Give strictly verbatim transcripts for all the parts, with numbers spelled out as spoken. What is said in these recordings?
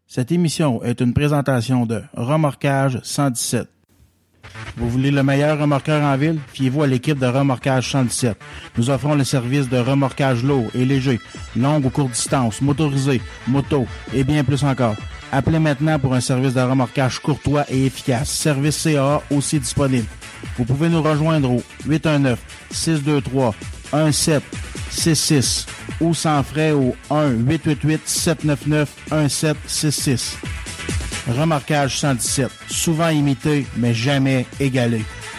Cette émission est une présentation de Remorquage cent dix-sept. Vous voulez le meilleur remorqueur en ville? Fiez-vous à l'équipe de Remorquage cent dix-sept. Nous offrons le service de remorquage lourd et léger, longue ou courte distance, motorisé, moto et bien plus encore. Appelez maintenant pour un service de remorquage courtois et efficace. Service C A A aussi disponible. Vous pouvez nous rejoindre au huit un neuf, six deux trois, un sept six six ou sans frais au un huit huit huit, sept neuf neuf, un sept six six. Remorquage cent dix-sept. Souvent imité, mais jamais égalé.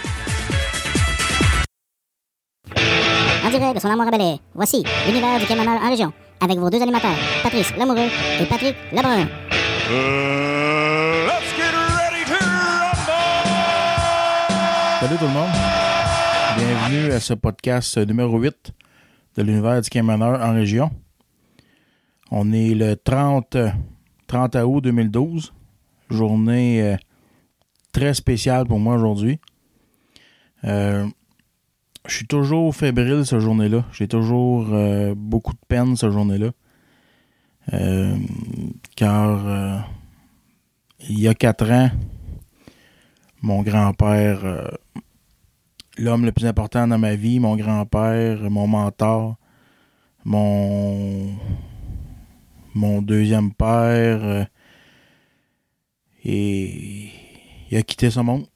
En direct de son amour à Bel-Air, voici l'univers du camionneur en région, avec vos deux animateurs, Patrice Lamoureux et Patrick Lebrun. Uh, let's get ready to rumble! Salut tout le monde. Bienvenue à ce podcast numéro huit de l'univers du camionneur en région. On est le trente, trente août deux mille douze. Journée euh, très spéciale pour moi aujourd'hui. Euh, je suis toujours fébrile cette journée-là. J'ai toujours euh, beaucoup de peine cette journée-là. Euh, car euh, il y a quatre ans, mon grand-père, euh, l'homme le plus important dans ma vie, mon grand-père, mon mentor, mon, mon deuxième père, euh, et il a quitté ce monde.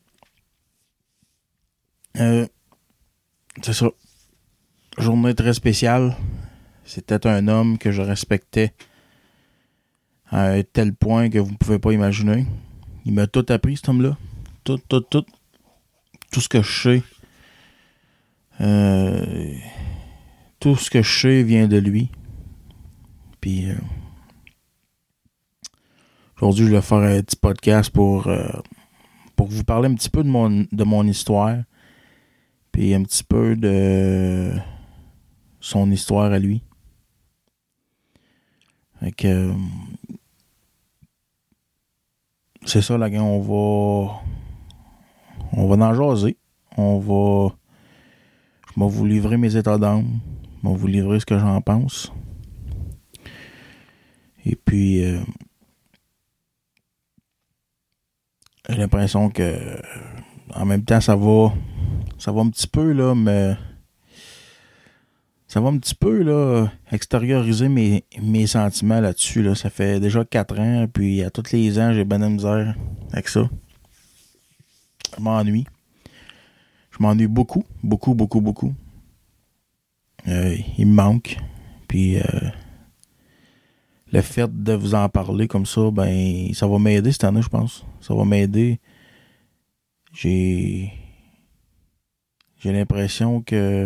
Euh, c'est ça. Journée très spéciale. C'était un homme que je respectais à un tel point que vous ne pouvez pas imaginer. Il m'a tout appris, cet homme-là. Tout, tout, tout. Tout ce que je sais. Euh, tout ce que je sais vient de lui. Puis... Euh, Aujourd'hui, je vais faire un petit podcast pour, euh, pour vous parler un petit peu de mon, de mon histoire. Puis un petit peu de son histoire à lui. Fait que, euh, c'est ça, là, on va... On va en jaser. On va... Je vais vous livrer mes états d'âme. Je vais vous livrer ce que j'en pense. Et puis... Euh, J'ai l'impression que en même temps ça va ça va un petit peu là, mais ça va un petit peu là extérioriser mes, mes sentiments là-dessus. Là. Ça fait déjà quatre ans, puis à tous les ans, j'ai ben de misère avec ça. Je m'ennuie. Je m'ennuie beaucoup, beaucoup, beaucoup, beaucoup. Euh, il me manque. Puis euh, le fait de vous en parler comme ça, ben ça va m'aider cette année, je pense. Ça va m'aider. J'ai j'ai l'impression que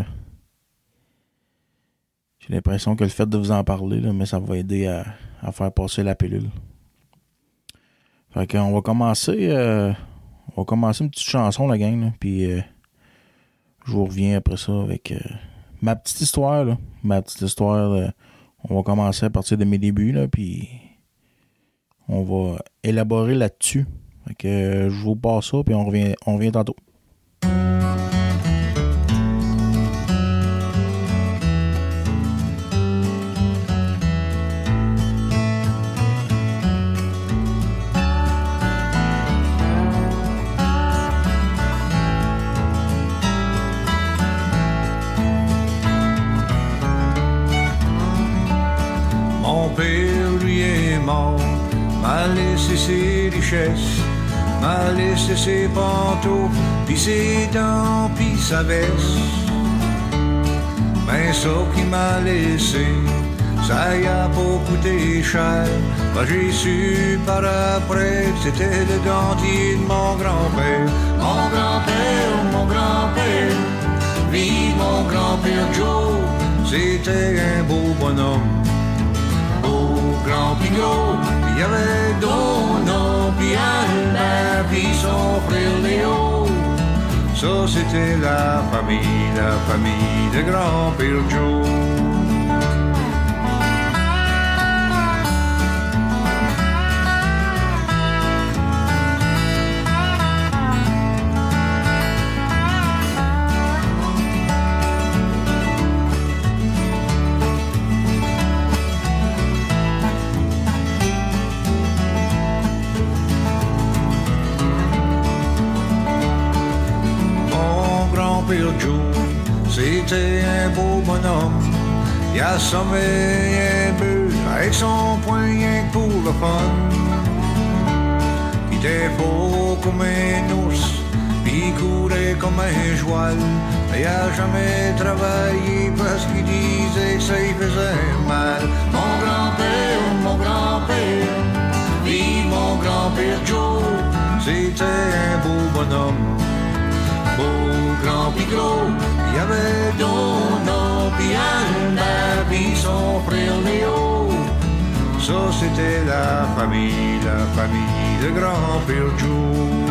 j'ai l'impression que le fait de vous en parler, là, mais ça va aider à, à faire passer la pilule. Fait qu'on va commencer euh, on va commencer une petite chanson, la gang, là, puis euh, je vous reviens après ça avec euh, ma petite histoire, là. Ma petite histoire, euh, on va commencer à partir de mes débuts, là, puis on va élaborer là-dessus. Fait que euh, je vous passe ça, puis on revient, on revient tantôt. Mon père, lui, est mort, m'a laissé ses richesses, m'a laissé ses panteaux, pis ses dents, pis sa veste. Mais ça qu'il m'a laissé, ça y a pas coûté cher. Moi j'ai su par après que c'était le dentier de mon grand-père. Mon grand-père, mon grand-père, vive mon grand-père Joe, c'était un beau bonhomme. Grand Pigot, il y avait Dona, puis Albert, puis son frère Léo. Ça c'était la famille, la famille de Grand-Père Joe. c'était un beau bonhomme. Il assommait un bœuf avec son poing rien que pour le fun. Il était beau comme un ours, puis il courait comme un joual. Mais il a jamais travaillé parce qu'il disait que ça y faisait mal. Mon grand-père, mon grand-père, vive mon grand-père Joe, c'était un beau bonhomme. Beau, grand pis gros, il y avait Donna pis Albert pis son frère Léo. Ça c'était la famille, la famille de grand-père Joe.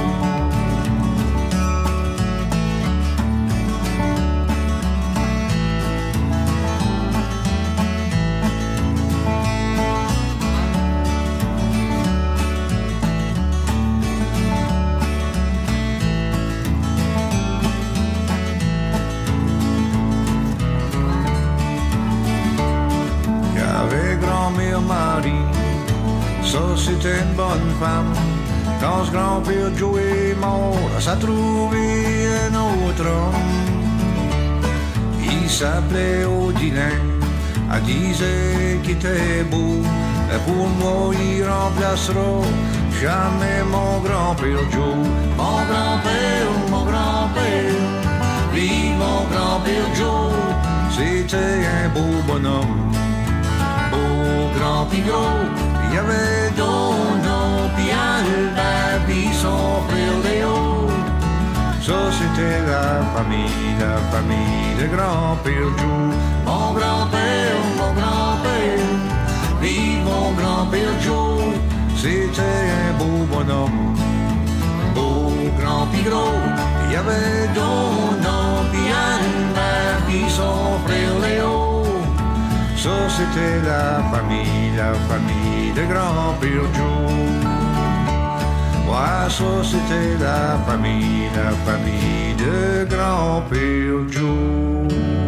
Ça c'était une bonne femme. Quand ce grand-père Joe est mort, ça a trouvé un autre homme. Il s'appelait Odilin, elle disait qu'il était beau. Et pour moi il remplacera jamais mon grand-père Joe. Mon grand-père, mon grand-père, vive mon grand-père Joe, c'était un beau bonhomme. Beau, grand pis gros, il y avait Donna pis Albert pis son frère Léo. Ça c'était la famille, la famille de grand-père Joe. Mon grand-père, mon grand-père, vive mon grand-père Joe, c'était un beau bonhomme. Beau, grand pis gros, il y avait Donna pis Albert pis son frère Léo. Ça c'était la famille, la famille de grand-père Joe. Ouais, ça c'était la famille, la famille de grand-père Joe.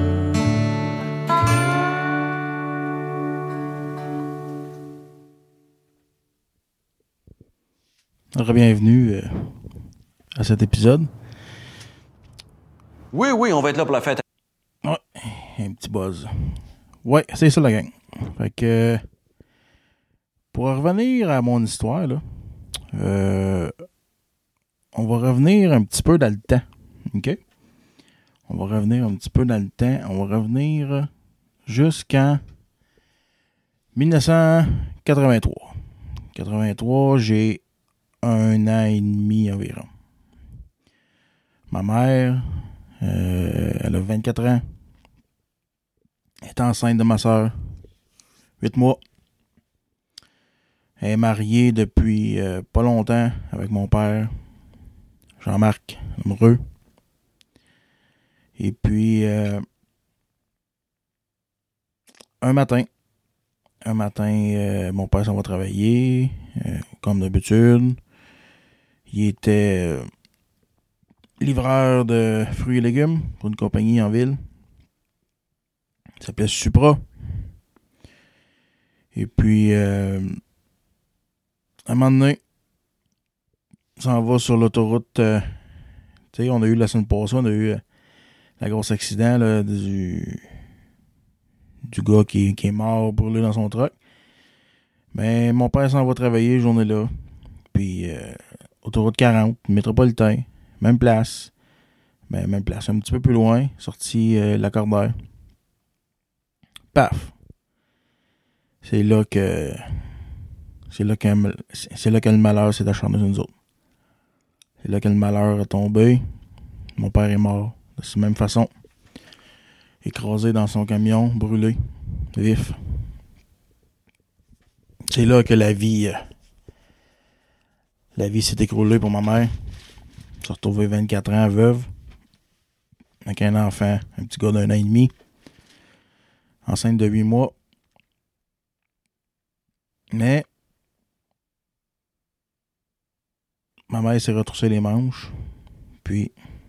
Bienvenue euh, à cet épisode. Oui, oui, on va être là pour la fête. Ouais, un petit buzz. Ouais, c'est ça la gang. Fait que pour revenir à mon histoire, là, euh, on va revenir un petit peu dans le temps. OK? On va revenir un petit peu dans le temps. On va revenir jusqu'en dix-neuf cent quatre-vingt-trois. quatre-vingt-trois, j'ai un an et demi environ. Ma mère, euh, elle a vingt-quatre ans. Elle est enceinte de ma soeur. huit mois. Elle est mariée depuis euh, pas longtemps avec mon père, Jean-Marc, amoureux. Et puis, euh, un matin, un matin, euh, mon père s'en va travailler, euh, comme d'habitude. Il était euh, livreur de fruits et légumes pour une compagnie en ville. Il s'appelait Supra. Et puis, euh, à un moment donné, on s'en va sur l'autoroute. Euh, tu sais, on a eu la semaine passée, on a eu euh, la grosse accident là, du, du gars qui, qui est mort brûlé dans son truck. Mais mon père s'en va travailler, journée-là. Puis, euh, autoroute quarante, métropolitain, même place. Mais même place, un petit peu plus loin, sorti euh, la Cordaire. Paf! C'est là que. C'est là que, c'est là que le malheur s'est acharné sur nous autres. C'est là que le malheur a tombé. Mon père est mort de cette même façon. Écrasé dans son camion, brûlé, vif. C'est là que la vie. Euh, la vie s'est écroulée pour ma mère. Elle s'est retrouvée vingt-quatre ans, veuve. Avec un enfant, un petit gars d'un an et demi. Enceinte de huit mois. Mais ma mère s'est retroussé les manches. Puis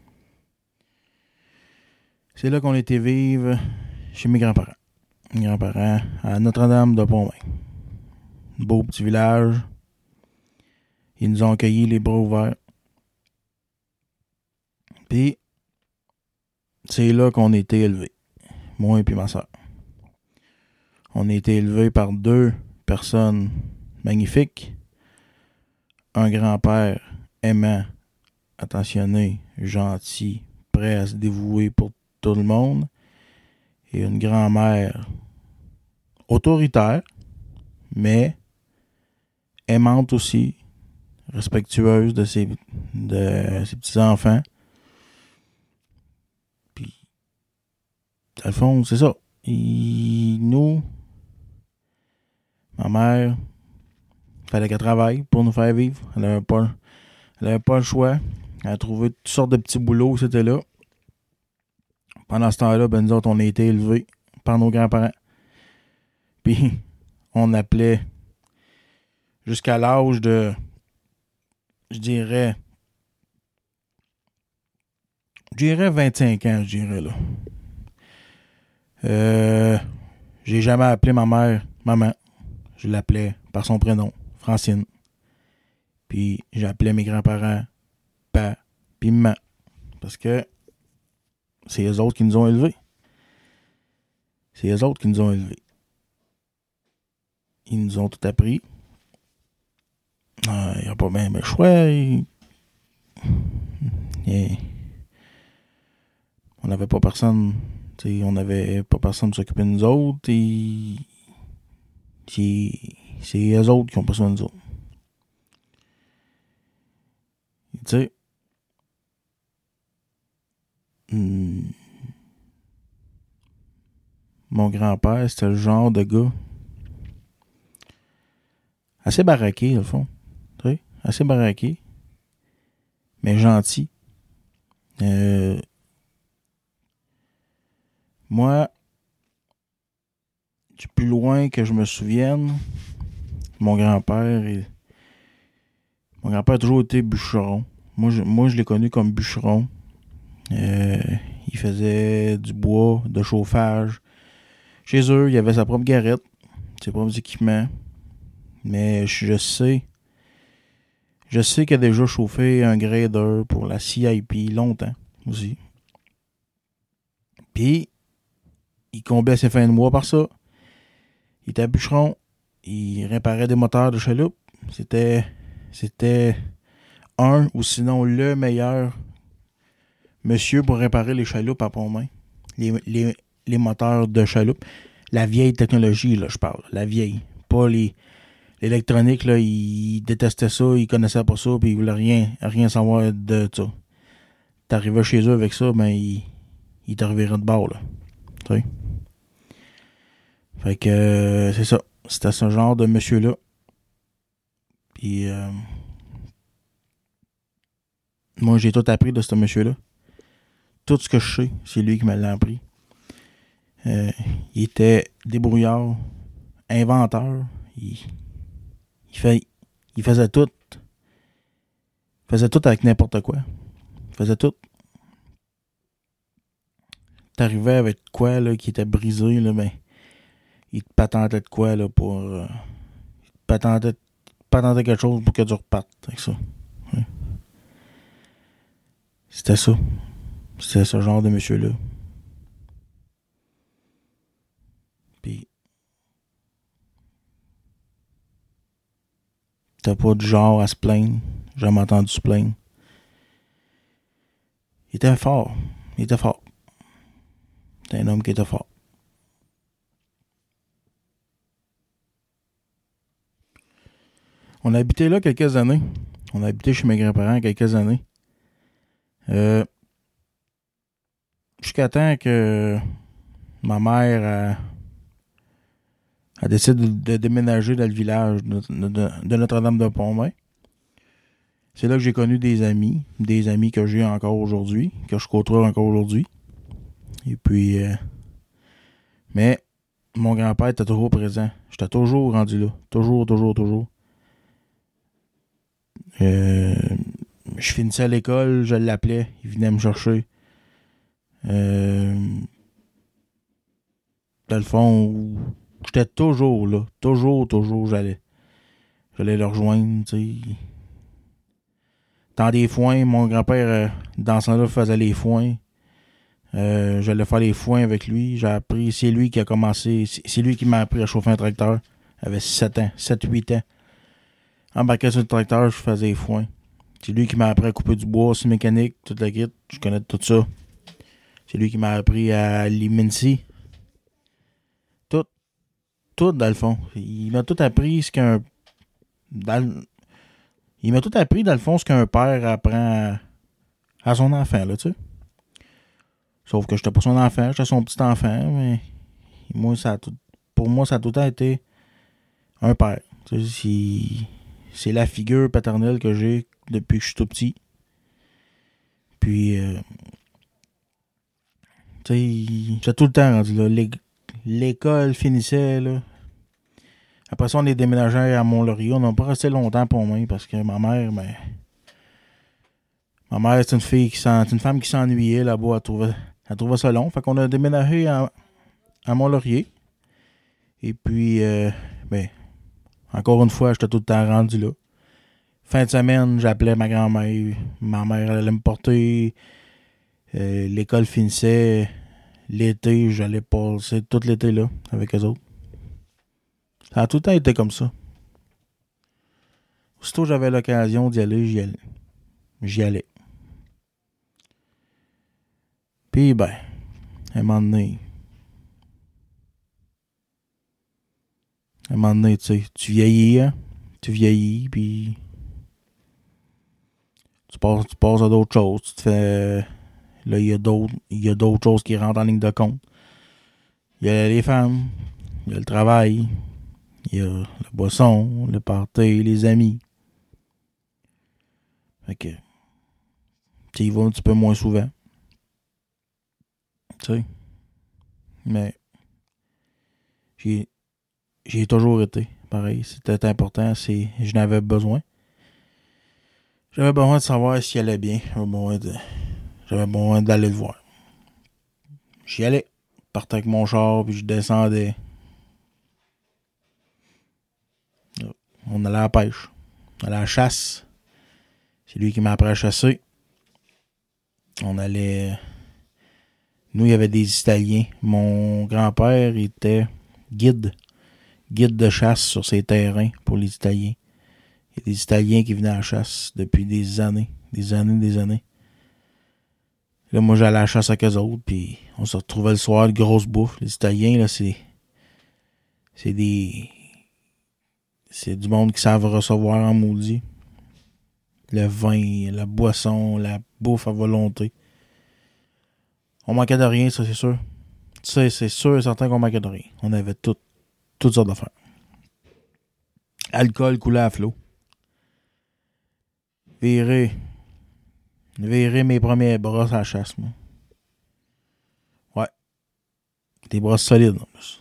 c'est là qu'on était vivre chez mes grands-parents. Mes grands-parents à Notre-Dame de Pontmain. Beau petit village. Ils nous ont accueillis les bras ouverts. Puis c'est là qu'on a été élevés, moi et puis ma soeur. On a été élevés par deux personnes magnifiques. Un grand-père aimant, attentionné, gentil, prêt à se dévouer pour tout le monde. Et une grand-mère autoritaire, mais aimante aussi, respectueuse de ses, de ses petits-enfants. Puis, dans le fond, c'est ça. Et nous, ma mère, fallait qu'elle travaille pour nous faire vivre. Elle n'avait pas, elle avait pas le choix. Elle a trouvé toutes sortes de petits boulots, c'était là. Pendant ce temps-là, ben nous autres, on a été élevés par nos grands-parents. Puis, on appelait jusqu'à l'âge de, je dirais, je dirais vingt-cinq ans, je dirais, là. Euh, j'ai jamais appelé ma mère maman. Je l'appelais par son prénom, Francine. Puis, j'appelais mes grands-parents pa, puis maman. Parce que c'est eux autres qui nous ont élevés. C'est eux autres qui nous ont élevés. Ils nous ont tout appris. Il euh, n'y a pas même le choix. Il... Il... On n'avait pas personne. On n'avait pas personne pour s'occuper de nous autres. Et... C'est... c'est eux autres qui ont besoin de nous autres. Tu sais. Hmm. Mon grand-père, c'était le genre de gars assez baraqué, au fond. Tu sais, assez baraqué. Mais gentil. Euh, moi, du plus loin que je me souvienne, mon grand-père, il, mon grand-père a toujours été bûcheron. Moi, je, moi, je l'ai connu comme bûcheron. Euh, il faisait du bois, de chauffage. Chez eux, il avait sa propre garette, ses propres équipements. Mais je, je sais, je sais qu'il a déjà chauffé un grader pour la C I P longtemps aussi. Puis, il comblait ses fins de mois par ça. Il était bûcheron, il réparait des moteurs de chaloupe. C'était, c'était un ou sinon le meilleur monsieur pour réparer les chaloupes à Pont-Main. Les, les, les moteurs de chaloupe. La vieille technologie, là, je parle. La vieille. Pas les... L'électronique, là, il détestait ça, il connaissait pas ça, puis il voulait rien, rien savoir de ça. T'arrivais chez eux avec ça, ben, il, il te revirait de bord, là. Tu sais? Fait que, euh, c'est ça. C'était ce genre de monsieur-là. Puis, euh, moi, j'ai tout appris de ce monsieur-là. Tout ce que je sais, c'est lui qui me l'a appris. Euh, il était débrouillard, inventeur, il... Il, fait, il faisait tout. Il faisait tout avec n'importe quoi. Il faisait tout. T'arrivais avec quoi là, qui était brisé, là, ben, il te patentait de quoi là, pour. Euh, il te patentait, patentait quelque chose pour que tu repartes avec ça. Ouais. C'était ça. C'était ce genre de monsieur-là. Puis. T'as pas du genre à se plaindre. J'ai jamais entendu se plaindre. Il était fort. Il était fort. C'était un homme qui était fort. On a habité là quelques années. On a habité chez mes grands-parents quelques années. Euh, jusqu'à temps que ma mère... A, Elle décide de, de déménager dans le village de, de, de Notre-Dame-de-Pont-Main. C'est là que j'ai connu des amis, des amis que j'ai encore aujourd'hui, que je côtoie encore aujourd'hui. Et puis, euh, mais mon grand-père était toujours présent. J'étais toujours rendu là. Toujours, toujours, toujours. Euh, je finissais à l'école, je l'appelais, il venait me chercher. Euh, dans le fond... J'étais toujours là. Toujours, toujours, j'allais. J'allais le rejoindre, tu sais. Dans des foins, mon grand-père, euh, dans ce temps-là, faisait les foins. Euh, j'allais faire les foins avec lui. J'ai appris, c'est lui qui a commencé, c'est, c'est lui qui m'a appris à chauffer un tracteur. J'avais sept ans, sept huit ans. Embarqué sur le tracteur, je faisais les foins. C'est lui qui m'a appris à couper du bois, c'est mécanique, toute la kit. Je connais tout ça. C'est lui qui m'a appris à l'iminci. Tout. Tout, dans le fond. Il m'a tout appris ce qu'un... Dans, il m'a tout appris, dans le fond, ce qu'un père apprend à, à son enfant, là, tu sais. Sauf que j'étais pas son enfant, j'étais son petit enfant, mais moi, ça a tout, pour moi, ça a tout le temps été un père. Tu sais, c'est, c'est la figure paternelle que j'ai depuis que je suis tout petit. Puis, euh, tu sais, j'ai tout le temps rendu là. L'é- l'école finissait, là. Après ça, on est déménagé à Mont-Laurier. On n'a pas resté longtemps pour moi parce que ma mère, ben... Ma mère, c'est une fille qui s'en, c'est une femme qui s'ennuyait là-bas. Elle trouvait, elle trouvait ça long. Fait qu'on a déménagé à, à Mont-Laurier. Et puis, euh, ben, encore une fois, j'étais tout le temps rendu là. Fin de semaine, j'appelais ma grand-mère. Ma mère, elle allait me porter. Euh, l'école finissait. L'été, j'allais passer tout l'été là, avec eux autres. Ça a tout le temps été comme ça. Aussitôt que j'avais l'occasion d'y aller, j'y allais. J'y allais. Puis, ben, à un moment donné, à un moment donné, tu sais, tu vieillis, hein? Tu vieillis, puis tu passes, tu passes à d'autres choses. Tu te fais... Là, il y a d'autres, il y a d'autres choses qui rentrent en ligne de compte. Il y a les femmes, il y a le travail, il y a la boisson, le party, les amis. Fait que tu y vas un petit peu moins souvent. Tu sais. Mais j'ai, j'ai toujours été pareil. C'était important. C'est, je n'avais besoin. J'avais besoin de savoir s'il allait bien. J'avais besoin, de, j'avais besoin d'aller le voir. J'y allais. Je partais avec mon char, puis je descendais. On allait à la pêche. On allait à la chasse. C'est lui qui m'a appris à chasser. On allait... Nous, il y avait des Italiens. Mon grand-père était guide. Guide de chasse sur ses terrains pour les Italiens. Il y a des Italiens qui venaient à la chasse depuis des années. Des années, des années. Là, moi, j'allais à la chasse avec eux autres, puis on se retrouvait le soir, de grosse bouffe. Les Italiens, là, c'est... C'est des... C'est du monde qui savent recevoir en maudit. Le vin, la boisson, la bouffe à volonté. On manquait de rien, ça, c'est sûr. Tu sais, c'est sûr et certain qu'on manquait de rien. On avait tout, toutes sortes d'affaires. Alcool coulait à flot. Virer. Virer mes premiers brosses à la chasse, moi. Ouais. Des brosses solides, en plus.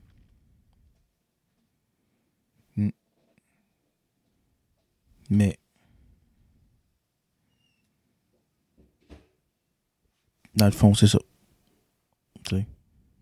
Mm. Mais... Dans le fond, c'est ça. Tu sais.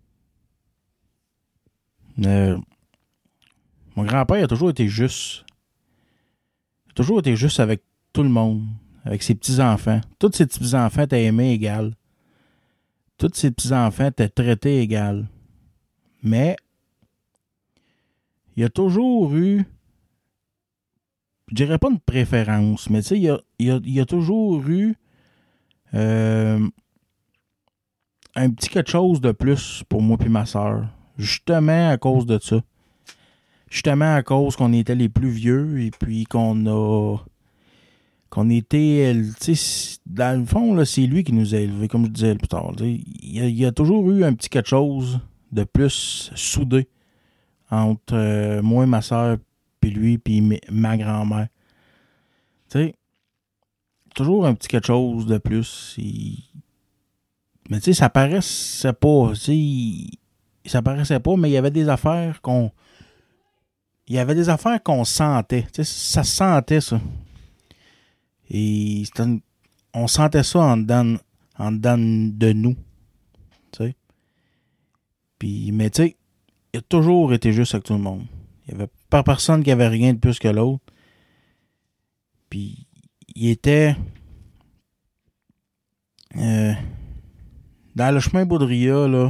Euh, mon grand-père a toujours été juste. Il a toujours été juste avec tout le monde. Avec ses petits-enfants. Tous ses petits-enfants étaient aimés égal. Tous ses petits-enfants étaient traités égal. Mais il y a toujours eu, je dirais pas une préférence, mais tu sais, il y a, il y a, il y a toujours eu euh, un petit quelque chose de plus pour moi et ma soeur. Justement à cause de ça. Justement à cause qu'on était les plus vieux et puis qu'on a... qu'on était... Tu sais, dans le fond, là, c'est lui qui nous a élevés, comme je disais plus tard. Il y, a, il y a toujours eu un petit quelque chose de plus soudé entre euh, moi et ma soeur, puis lui, puis m- ma grand-mère. Tu sais, toujours un petit quelque chose de plus. Il... Mais tu sais, ça paraissait pas. Tu sais, ça paraissait pas, mais il y avait des affaires qu'on... Il y avait des affaires qu'on sentait. Tu sais, ça se sentait, ça. Et une... on sentait ça en dedans, en dedans de nous. Tu sais. Puis, mais tu sais, il a toujours été juste avec tout le monde. Il n'y avait pas personne qui avait rien de plus que l'autre. Puis, il était... Euh, Dans le chemin Baudrillard, là,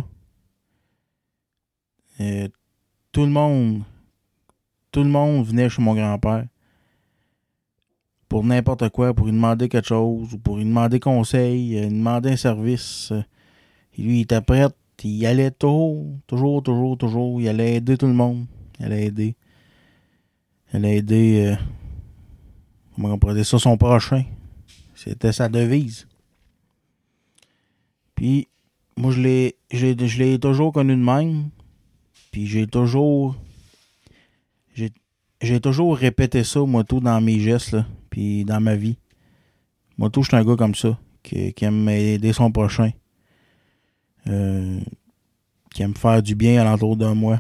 euh, tout le monde, tout le monde venait chez mon grand-père pour n'importe quoi, pour lui demander quelque chose, ou pour lui demander conseil, lui demander un service. Et lui, il était prêt, il allait toujours, toujours, toujours, toujours, il allait aider tout le monde. Il allait aider. Il allait aider, euh, comment on pourrait dire ça, son prochain. C'était sa devise. Puis, moi, je l'ai, je l'ai, je l'ai toujours connu de même. Puis, j'ai toujours, j'ai, j'ai toujours répété ça, moi, tout, dans mes gestes, là, puis dans ma vie. Moi, tout, je suis un gars comme ça, qui, qui aime aider son prochain. Euh, qui aime faire du bien alentour de moi.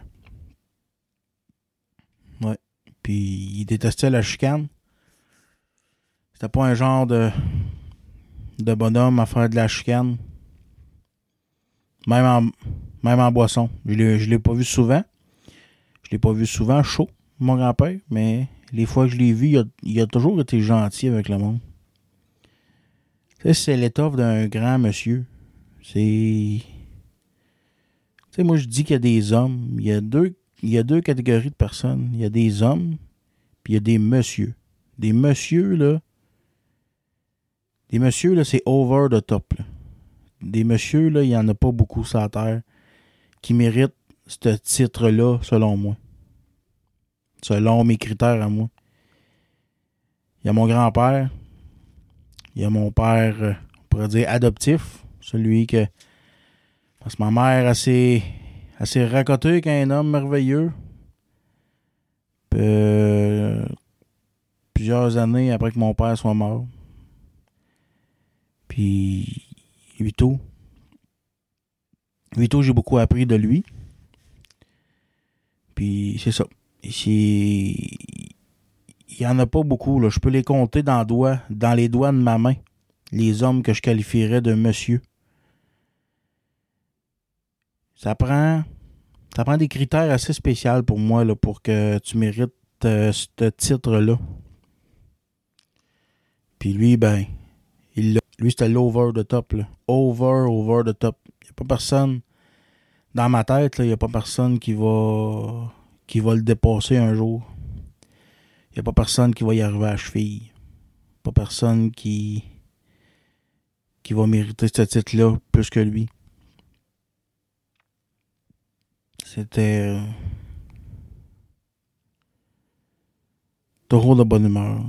Ouais. Puis, il détestait la chicane. C'était pas un genre de, de bonhomme à faire de la chicane. Même en, même en boisson. Je l'ai, je l'ai pas vu souvent. Je l'ai pas vu souvent chaud, mon grand-père, mais les fois que je l'ai vu, il a, il a toujours été gentil avec le monde. Tu sais, c'est l'étoffe d'un grand monsieur. C'est... Tu sais, moi, je dis qu'il y a des hommes. Il y a deux, il y a deux catégories de personnes. Il y a des hommes, puis il y a des messieurs. Des messieurs, là, Des messieurs, là, c'est over the top, là. Des messieurs, là, il n'y en a pas beaucoup sur la terre qui méritent ce titre-là, selon moi. Selon mes critères à moi. Il y a mon grand-père. Il y a mon père, euh, on pourrait dire, adoptif. Celui que... Parce que ma mère, elle s'est, elle s'est racotée qu'un homme merveilleux. Puis, euh, plusieurs années après que mon père soit mort. Puis, Vito. Vito, j'ai beaucoup appris de lui. Puis, c'est ça. Ici, il n'y en a pas beaucoup, là. Je peux les compter dans, doigt, dans les doigts de ma main. Les hommes que je qualifierais de monsieur. Ça prend, ça prend des critères assez spéciaux pour moi, là, pour que tu mérites euh, ce titre-là. Puis lui, ben, il l'a. Lui, c'était l'over the top, là. Over, over the top. Il n'y a pas personne, dans ma tête, il n'y a pas personne qui va, qui va le dépasser un jour. Il n'y a pas personne qui va y arriver à la cheville. Pas personne qui, qui va mériter ce titre-là plus que lui. C'était... Euh, toujours de bonne humeur.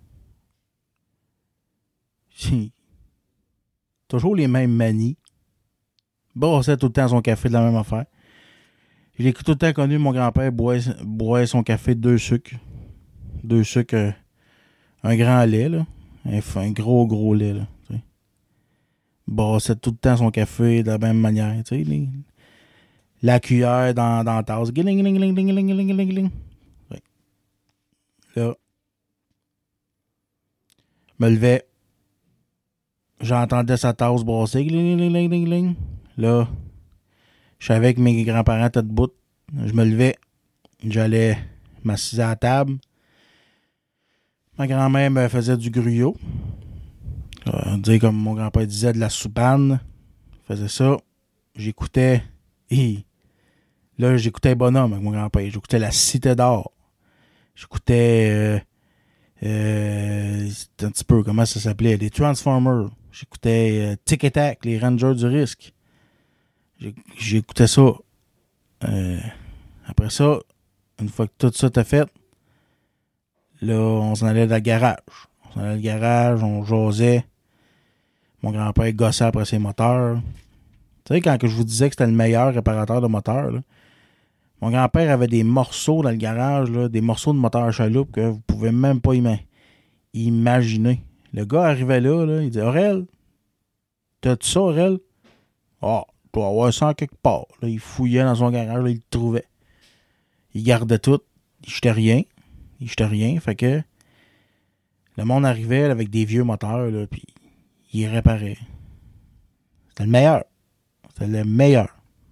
Toujours les mêmes manies. Brossait tout le temps son café de la même affaire. Je l'ai tout le temps connu, mon grand-père boire, boire son café de deux sucres. Deux sucres, euh, un grand lait, là. Un, un gros, gros lait, là. Brossait tout le temps son café de la même manière, tu sais. Les, la cuillère dans, dans la tasse. Giling, giling, giling, giling, giling, giling, giling. Ouais. Là, me levais. J'entendais sa tasse brasser. Gling, gling, gling, gling, gling. Là, je savais que mes grands-parents étaient debout. Je me levais. J'allais m'assiser à la table. Ma grand-mère me faisait du gruyot. On dirait comme mon grand-père disait, de la soupane. Je faisais ça. J'écoutais. Et là, j'écoutais Bonhomme avec mon grand-père. J'écoutais La Cité d'Or. J'écoutais. Euh, euh, c'est un petit peu, comment ça s'appelait? Les Transformers. J'écoutais euh, Tic et Tac, les Rangers du risque. J'écoutais ça. Euh, après ça, une fois que tout ça t'a fait, là, on s'en allait dans le garage. On s'en allait dans le garage, on jasait. Mon grand-père gossait après ses moteurs. Tu sais, quand que je vous disais que c'était le meilleur réparateur de moteurs, là, mon grand-père avait des morceaux dans le garage, là, des morceaux de moteur à chaloupe que vous pouvez même pas ima- imaginer. Le gars arrivait là, là il disait « Aurel, t'as-tu ça, Aurel? » « Ah, oh, tu dois avoir ça en quelque part. » Là, il fouillait dans son garage, là, il le trouvait. Il gardait tout. Il jetait rien. Il jetait rien. Fait que le monde arrivait là, avec des vieux moteurs, là, puis il réparait. C'était le meilleur. C'était le meilleur.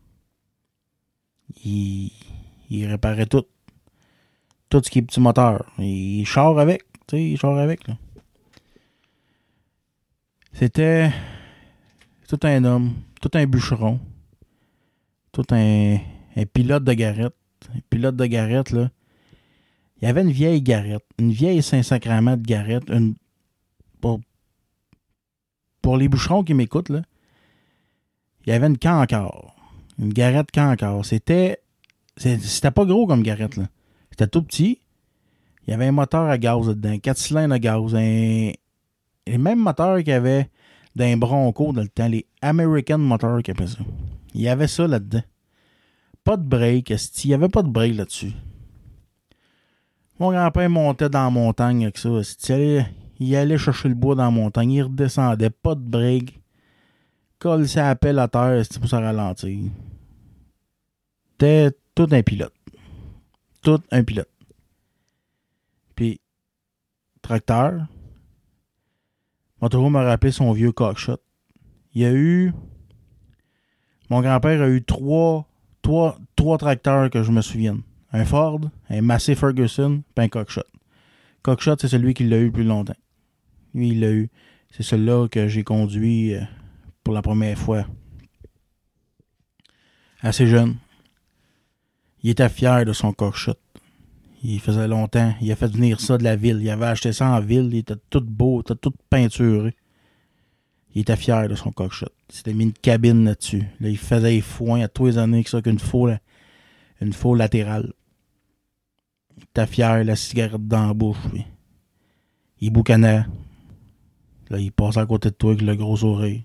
Il, il réparait tout. Tout ce qui est petit moteur. Il char avec. Tu sais, il char avec, là. C'était tout un homme. tout un bûcheron, tout un, un pilote de garrette. Un pilote de garrette, là. Il y avait une vieille garrette, une vieille Saint-Sacrement de garrette, une pour, pour les bûcherons qui m'écoutent, là, il y avait une Cancor. Une garrette Cancor. C'était c'était pas gros comme garrette, là. C'était tout petit. Il y avait un moteur à gaz dedans, quatre cylindres à gaz, un, les mêmes moteurs qu'il y avait d'un Bronco dans le temps, les American Motors qu'ils appelaient ça. Il y avait ça là-dedans. Pas de break, il n'y avait pas de break là-dessus. Mon grand-père montait dans la montagne avec ça. Il allait, il allait chercher le bois dans la montagne, il redescendait, pas de break. Colle sa pelle à terre, c'était pour se ralentir. C'était tout un pilote. Tout un pilote. Puis, tracteur, m'a toujours me rappelé son vieux cockshot. Il y a eu... Mon grand-père a eu trois, trois, trois tracteurs que je me souvienne. Un Ford, un Massey Ferguson, puis un cockshot. Cockshot, c'est celui qui l'a eu le plus longtemps. Lui, il l'a eu. C'est celui-là que j'ai conduit pour la première fois. Assez jeune. Il était fier de son cockshot. Il faisait longtemps. Il a fait venir ça de la ville. Il avait acheté ça en ville. Il était tout beau, il était tout peinturé. Il était fier de son cockshot. Il s'était mis une cabine là-dessus. Là, il faisait les foins à tous les années que ça qu'une faux, une faux latérale. Il était fier, la cigarette dans la bouche. Puis. Il boucanait. Là, il passait à côté de toi avec le gros oreille.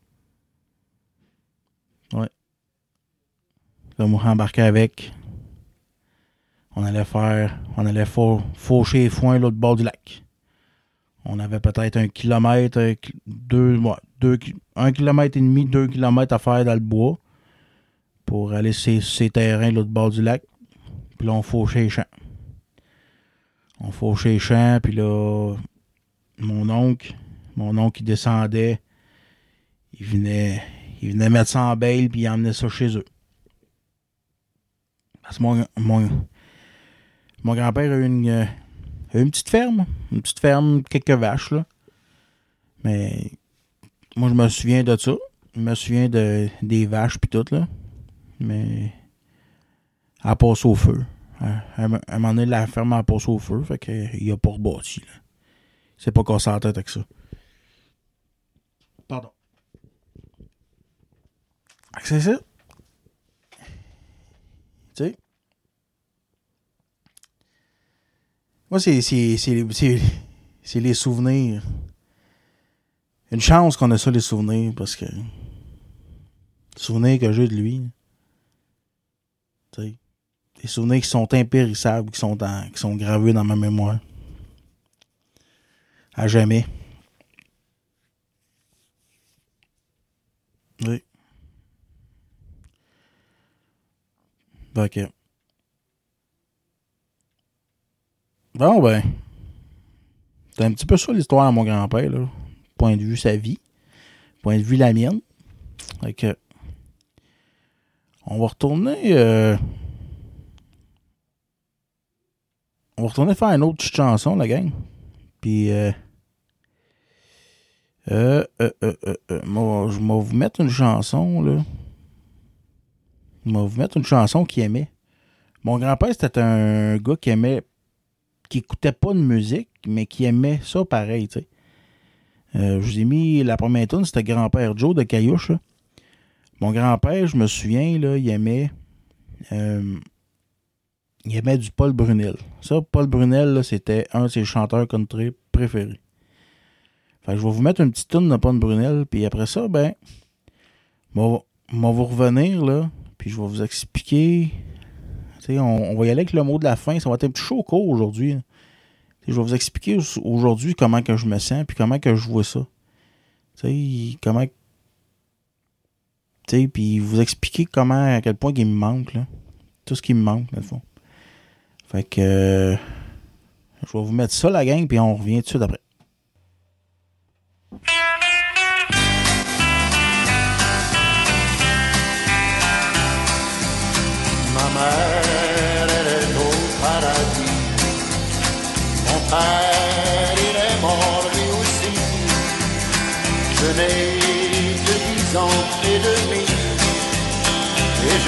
Ouais. Là, moi, embarqué avec. On allait faire... On allait fau- faucher les foins l'autre bord du lac. On avait peut-être un kilomètre, deux, ouais, deux, un kilomètre et demi, deux kilomètres à faire dans le bois pour aller sur ces terrains de l'autre bord du lac. Puis là, on fauchait les champs. On fauchait les champs, puis là, mon oncle, mon oncle, il descendait, il venait, il venait mettre ça en bale, puis il emmenait ça chez eux. Parce que mon, mon, mon grand-père a eu une... Euh, une petite ferme, une petite ferme, quelques vaches, là. Mais moi, je me souviens de ça. Je me souviens de, des vaches pis tout, là. Mais elle a passé au feu. À, à, à un moment donné, la ferme a passé au feu, fait qu'il a pas rebâti, là. Il s'est pas cassé la tête avec ça. Pardon. C'est ça. Tu sais. Moi, c'est, c'est, c'est, c'est, c'est les souvenirs. Une chance qu'on a ça, les souvenirs, parce que... Les souvenirs que j'ai de lui. Tu sais. Des souvenirs qui sont impérissables, qui sont, dans, qui sont gravés dans ma mémoire. À jamais. Oui. Ok. Bon, ben, c'est un petit peu ça l'histoire de mon grand-père, là. Point de vue sa vie, point de vue la mienne. Fait que, on va retourner, euh, on va retourner faire une autre petite chanson, la gang. Puis, euh, euh, euh, euh, euh, euh moi, je vais vous mettre une chanson, là. Je vais vous mettre une chanson qu'il aimait. Mon grand-père, c'était un gars qui aimait qui écoutait pas de musique, mais qui aimait ça pareil, tu sais. Euh, je vous ai mis la première tune, c'était Grand-père Joe de Caillouche, là. Mon grand-père, je me souviens, là, il aimait euh, il aimait du Paul Brunel. Ça, Paul Brunel, là, c'était un de ses chanteurs country préférés. Fait que je vais vous mettre une petite tune de Paul Brunel, puis après ça, ben, on va vous revenir, là, puis je vais vous expliquer... On, on va y aller avec le mot de la fin. Ça va être un petit show court aujourd'hui. Je vais vous expliquer aujourd'hui comment que je me sens puis comment que je vois ça. T'sais, comment... Puis vous expliquer comment, à quel point il me manque. Là. Tout ce qui me manque, dans le fond. Fait que... Euh, je vais vous mettre ça, la gang, puis on revient tout de suite après. Ma mère, elle est au paradis. Mon père, il est mort lui aussi. Je n'ai que dix ans et demi.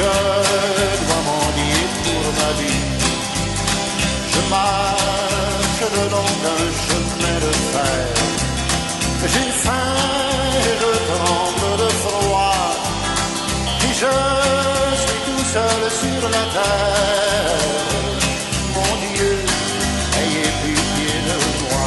je dois mendier pour ma vie. Je marche le long d'un chemin de fer. J'ai faim et je tremble de froid. Et je suis tout seul sur la terre. Mon Dieu, ayez pitié de moi.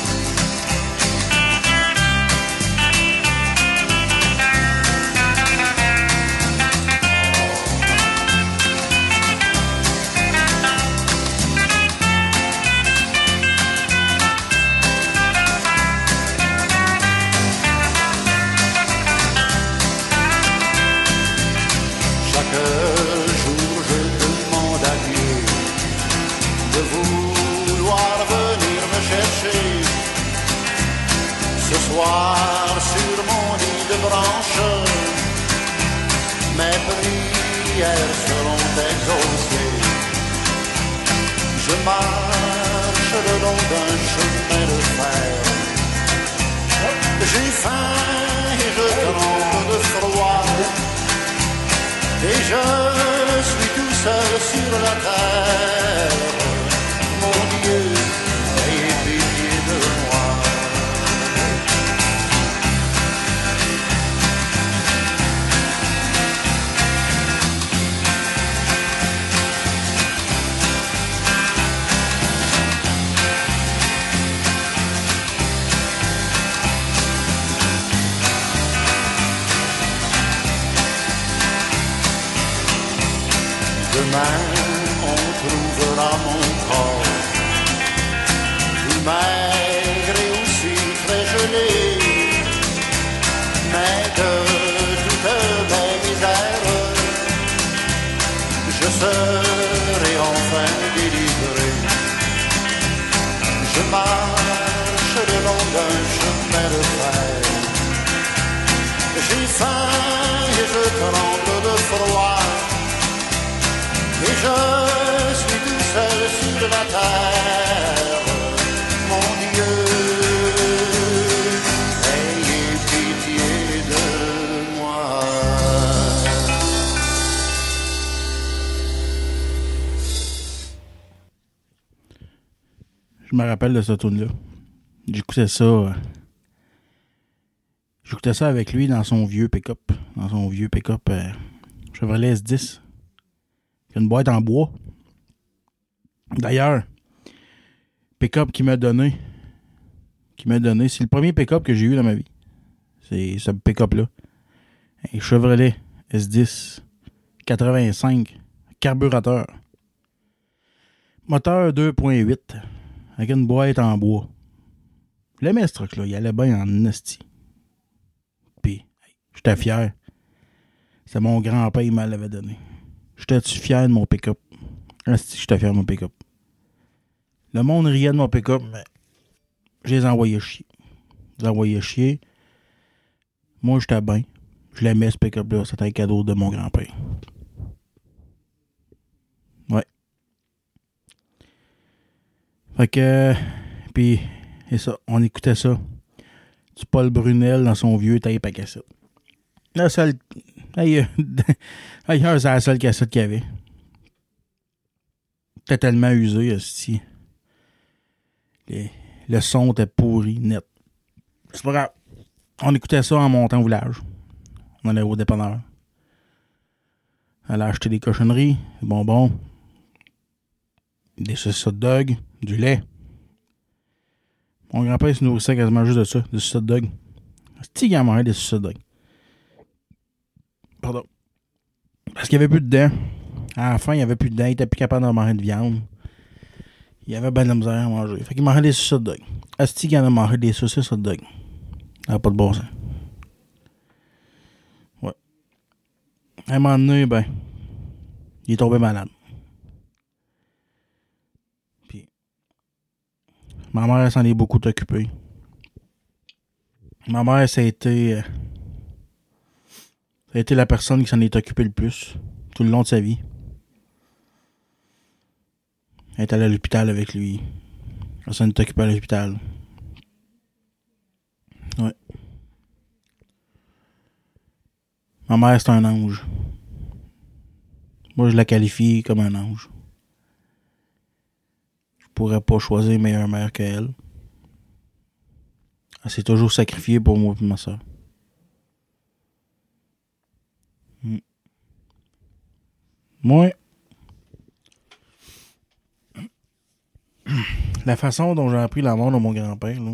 Ce soir sur mon lit de branche, mes prières seront exaucées. Je marche le long d'un chemin de fer. J'ai faim et je tremble de froid. Et je suis tout seul sur la terre. Mon Dieu, ayez pitié de moi. Demain, on trouvera mon corps, tout maigre et aussi très gelé, mais de toutes mes misères, je serai enfin délivré. Je marche le long d'un chemin de fer. J'ai faim et je tremble de froid. Et je suis tout seul sur la terre, mon Dieu, ayez pitié de moi. Je me rappelle de ce tune-là. J'écoutais ça. Euh, j'écoutais ça avec lui dans son vieux pick-up. Dans son vieux pick-up euh, Chevrolet S dix. Une boîte en bois. D'ailleurs, pick-up qui m'a donné. Qui m'a donné. C'est le premier pick-up que j'ai eu dans ma vie. C'est ce pick-up-là. Un Chevrolet S dix quatre-vingt-cinq. Carburateur. Moteur deux virgule huit. Avec une boîte en bois. L'aimais ce truc-là. Il allait bien en esti. Puis, j'étais fier. C'est mon grand-père qui me l'avait donné. J'étais-tu fier de mon pick-up? Esti, j'étais fier de mon pick-up. Le monde riait de mon pick-up, mais je les envoyais chier. Je les envoyais chier. Moi, j'étais bien. Je l'aimais, ce pick-up-là. C'était un cadeau de mon grand-père. Ouais. Fait que... Puis, et ça, on écoutait ça. Du Paul Brunel dans son vieux tape à cassette. La seule... Ailleurs, c'est la seule cassette qu'il y avait. C'était tellement usé, aussi. Le son était pourri, net. C'est pas grave. On écoutait ça en montant au village. On allait au dépanneur. On allait acheter des cochonneries, des bonbons, des saucisses hot dog, du lait. Mon grand-père se nourrissait quasiment juste de ça, des saucisses hot dog. C'est-tu qu'il en mangeait des saucisses hot dog? Pardon. Parce qu'il n'y avait plus de dents. À la fin, il n'y avait plus de dents. Il n'était plus capable de manger de viande. Il avait ben de la misère à manger. Fait qu'il mangeait des saucisses hot dog. Asti qu'il en a mangé des saucisses hot dog. Ça n'a pas de bon sens. Ouais. À un moment donné, ben, il est tombé malade. Puis, ma mère s'en est beaucoup occupée. Ma mère, ça a été... Euh, ça a été la personne qui s'en est occupée le plus. Tout le long de sa vie. Elle est allée à l'hôpital avec lui. Elle s'en est occupée à l'hôpital. Ouais. Ma mère, c'est un ange. Moi, je la qualifie comme un ange. Je pourrais pas choisir meilleure mère qu'elle. Elle s'est toujours sacrifiée pour moi et ma soeur. Mm. Moi, la façon dont j'ai appris la mort de mon grand-père, là,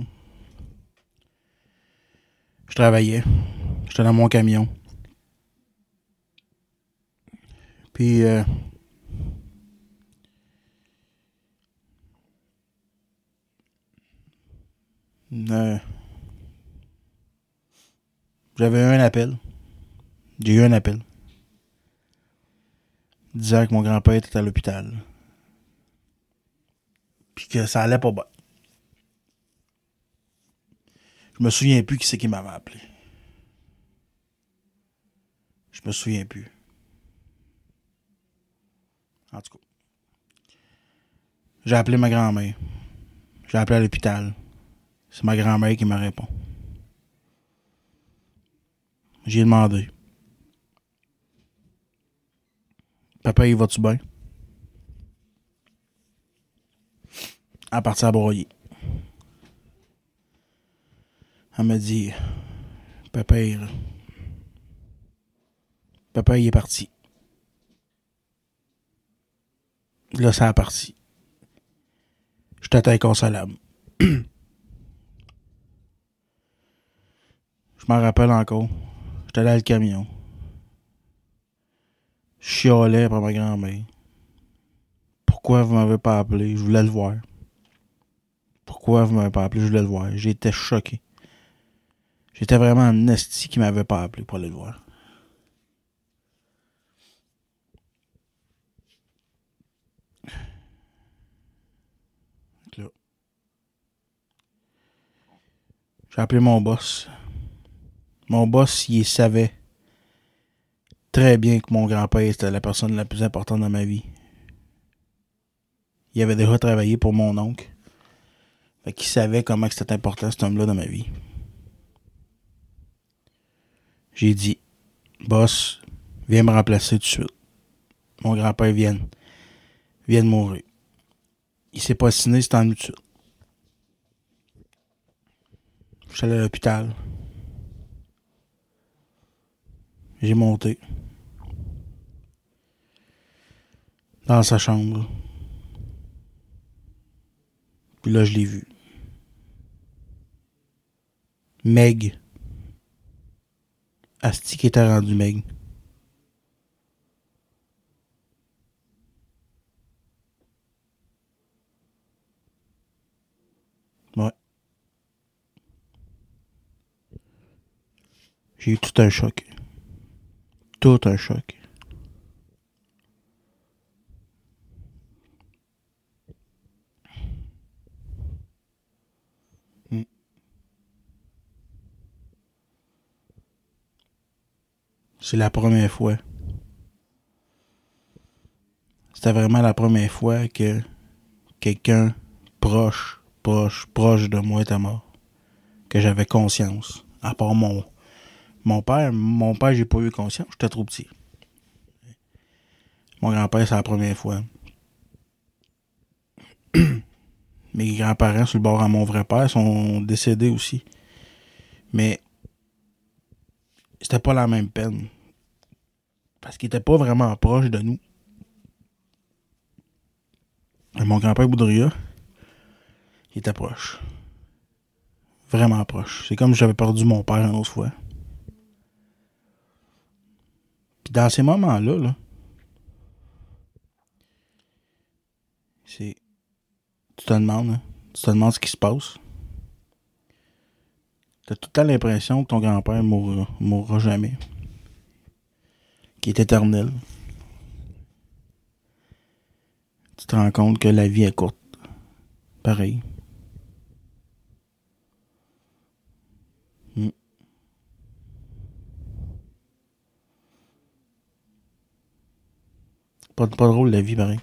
je travaillais. J'étais dans mon camion. Puis, euh, euh, j'avais eu un appel. J'ai eu un appel. Disant que mon grand-père était à l'hôpital. Puis que ça allait pas bien. Je me souviens plus qui c'est qui m'avait appelé. Je me souviens plus. En tout cas. J'ai appelé ma grand-mère. J'ai appelé à l'hôpital. C'est ma grand-mère qui me répond. J'ai demandé. Papa, il va-tu bien? Elle est partie à broyer. Elle m'a dit, Papa, il... Papa, il est parti. Là, ça a parti. J'étais inconsolable. Je m'en rappelle encore. J'étais dans le camion. Je chialais après ma grand-mère. Pourquoi vous m'avez pas appelé? Je voulais le voir. Pourquoi vous m'avez pas appelé? Je voulais le voir. J'étais choqué. J'étais vraiment un esti qui m'avait pas appelé pour aller le voir. Là. J'ai appelé mon boss. Mon boss, il savait très bien que mon grand-père était la personne la plus importante dans ma vie. Il avait déjà travaillé pour mon oncle. Fait qu'il savait comment c'était important cet homme-là dans ma vie. J'ai dit, boss, viens me remplacer tout de suite. Mon grand-père vient, vient de mourir. Il s'est pas signé, c'est en tout de suite. Je suis allé à l'hôpital. J'ai monté. Dans sa chambre. Puis là, je l'ai vu. Meg. Asti qui était rendu Meg. Ouais. J'ai eu tout un choc. Tout un choc. Mm. C'est la première fois. C'était vraiment la première fois que quelqu'un proche, proche, proche de moi était mort. Que j'avais conscience. À part mon, mon père. Mon père, j'ai pas eu conscience. J'étais trop petit. Mon grand-père, c'est la première fois. Mes grands-parents, sur le bord à mon vrai père, sont décédés aussi. Mais c'était pas la même peine. Parce qu'il était pas vraiment proche de nous. Et mon grand-père Boudria, il était proche. Vraiment proche. C'est comme si j'avais perdu mon père une autre fois. Puis dans ces moments-là, là, c'est... Tu te demandes, hein? Tu te demandes ce qui se passe. T'as tout le temps l'impression que ton grand-père mourra, mourra jamais. Qu'il est éternel. Tu te rends compte que la vie est courte. Pareil. Mm. Pas, pas drôle la vie, pareil.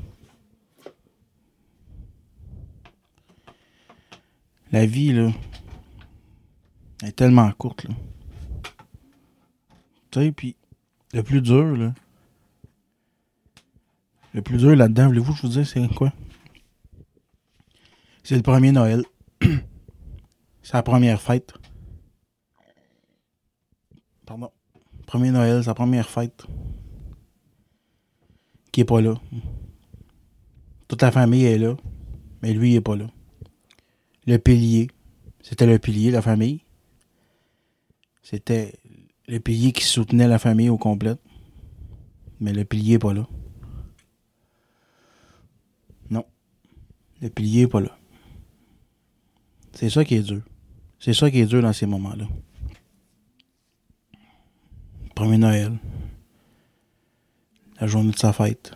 La vie, là, elle est tellement courte, là. Tu sais, puis le plus dur, là, Le plus dur là-dedans, voulez-vous que je vous dise, c'est quoi? C'est le premier Noël. C'est la première fête. Pardon. Premier Noël, c'est la première fête. Qui est pas là. Toute la famille est là. Mais lui, il est pas là. Le pilier. C'était le pilier, la famille. C'était le pilier qui soutenait la famille au complet. Mais le pilier est pas là. Non. Le pilier est pas là. C'est ça qui est dur. C'est ça qui est dur dans ces moments-là. Premier Noël. La journée de sa fête.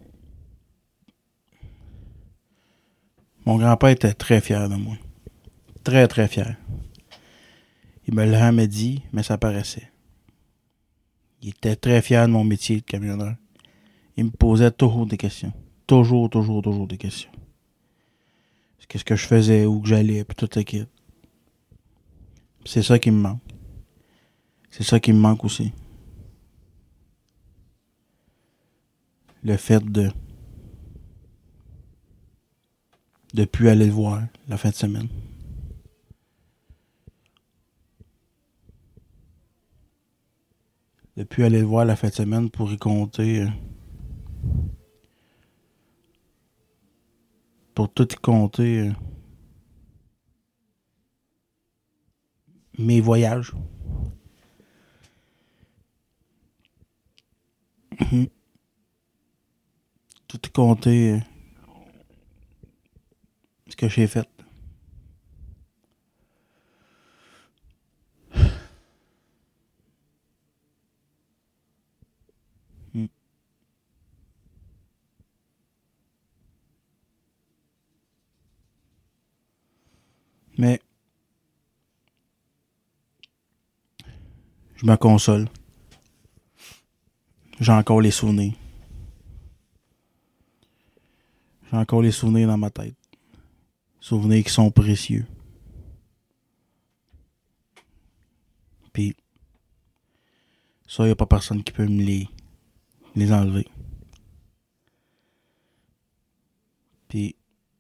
Mon grand-père était très fier de moi. Très, très fier. Il me l'a jamais dit, mais ça paraissait. Il était très fier de mon métier de camionneur. Il me posait toujours des questions. Toujours, toujours, toujours des questions. Qu'est-ce que je faisais, où que j'allais, puis tout le kit. C'est ça qui me manque. C'est ça qui me manque aussi. Le fait de de plus aller le voir la fin de semaine. De plus aller le voir la fin de semaine pour y compter. Euh, pour tout y compter. Euh, mes voyages. Mm-hmm. Tout y compter. Euh, ce que j'ai fait. Hmm. Mais je me console. J'ai encore les souvenirs. J'ai encore les souvenirs dans ma tête. Souvenirs qui sont précieux. Puis, ça, il n'y a pas personne qui peut me les, les enlever. Puis,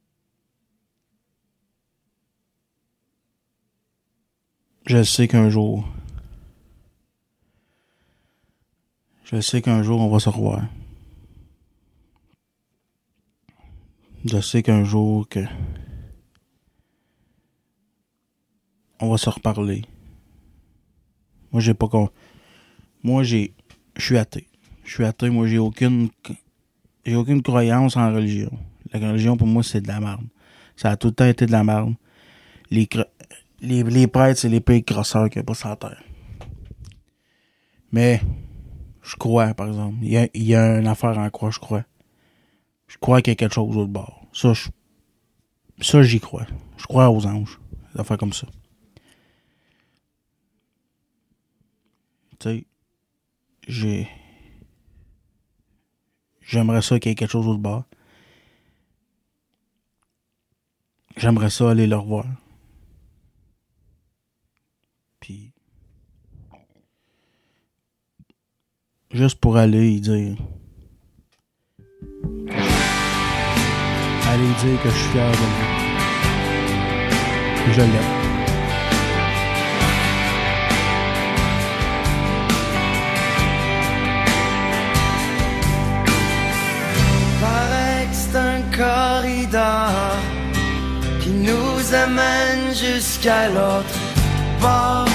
je sais qu'un jour, je sais qu'un jour, on va se revoir. Je sais qu'un jour, que on va se reparler. Moi, j'ai pas con... Moi, j'ai... Je suis athée. Je suis athée. Moi, j'ai aucune... J'ai aucune croyance en religion. La religion, pour moi, c'est de la merde. Ça a tout le temps été de la merde. Les, cre... les... les prêtres, c'est les pires crosseurs qu'il n'y a pas sur la terre. Mais, je crois, par exemple. Il y a, il y a une affaire en quoi je crois. Je crois qu'il y a quelque chose autre bord. Ça, je... Ça, j'y crois. Je crois aux anges. Des affaires comme ça. Tu sais, j'ai... J'aimerais ça qu'il y ait quelque chose d'autre bord. J'aimerais ça aller le revoir. Puis... Juste pour aller y dire... Aller dire que je suis fier de lui. Que je l'aime. Corridor qui nous amène jusqu'à l'autre bord.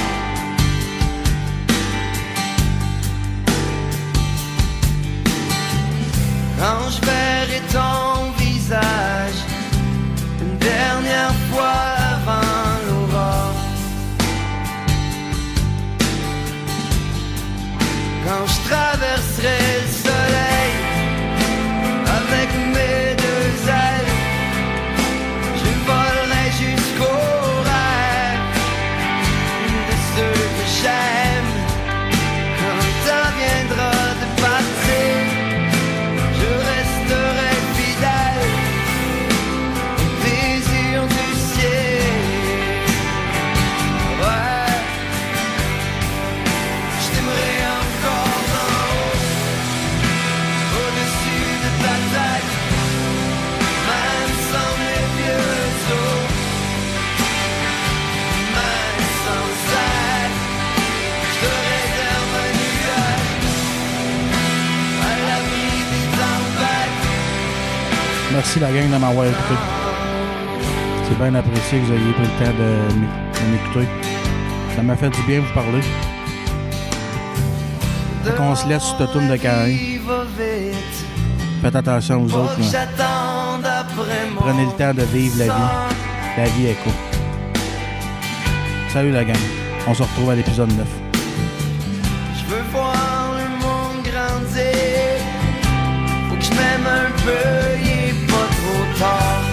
Quand je verrai ton visage une dernière fois avant l'aurore, quand je traverserai le soleil avec mes deux ailes, je volerai jusqu'au rêve de ceux que j'aime. Quand le temps viendra de partir, je resterai Merci la gang de m'avoir écouté. C'est bien apprécié que vous ayez pris le temps de, de m'écouter. Ça m'a fait du bien de vous parler. Fait qu'on se laisse sur cette tourne de carré. Faites attention aux autres. Là. Prenez le temps de vivre la vie. La vie est courte. Salut la gang. On se retrouve à l'épisode neuf. Je veux voir le monde grandir. Faut que je m'aime un peu, il est pas trop tard.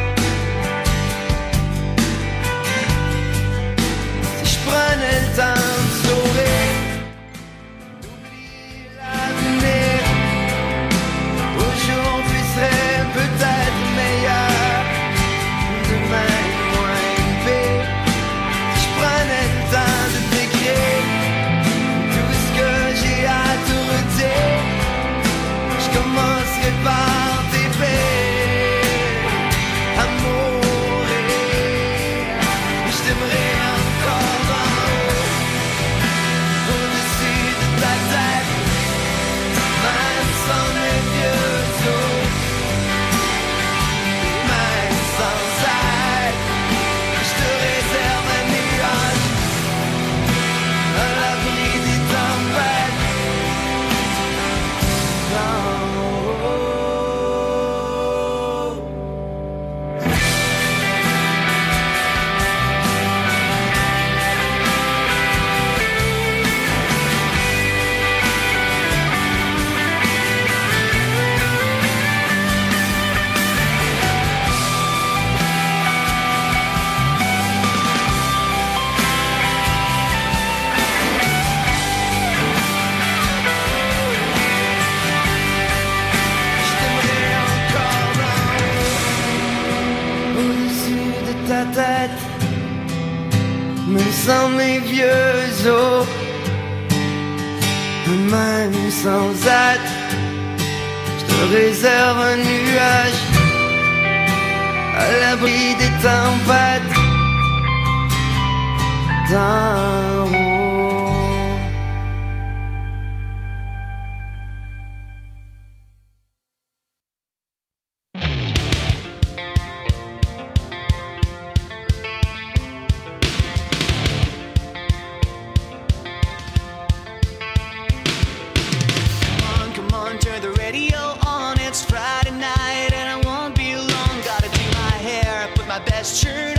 Si je prenais le temps de sourire, d'oublier l'avenir, aujourd'hui serait peut-être meilleur, demain moins pire. Si je prenais le temps de t'écrire tout ce que j'ai à te redire, je commencerai par t'aimer, à mourir. Je t'aimerai encore d'en haut, au-dessus de ta tête, même sans mes vieux os, même sans aide. Je te réserve un nuage à l'abri des tempêtes. Je t'aimerai encore d'en haut, au-dessus de ta tête, même sans mes vieux os, même sans être. Je te réserve un nuage à l'abri des tempêtes d'en haut. Come on, come on, turn the radio on. It's Friday night and I won't be long. Gotta do my hair, put my best shirt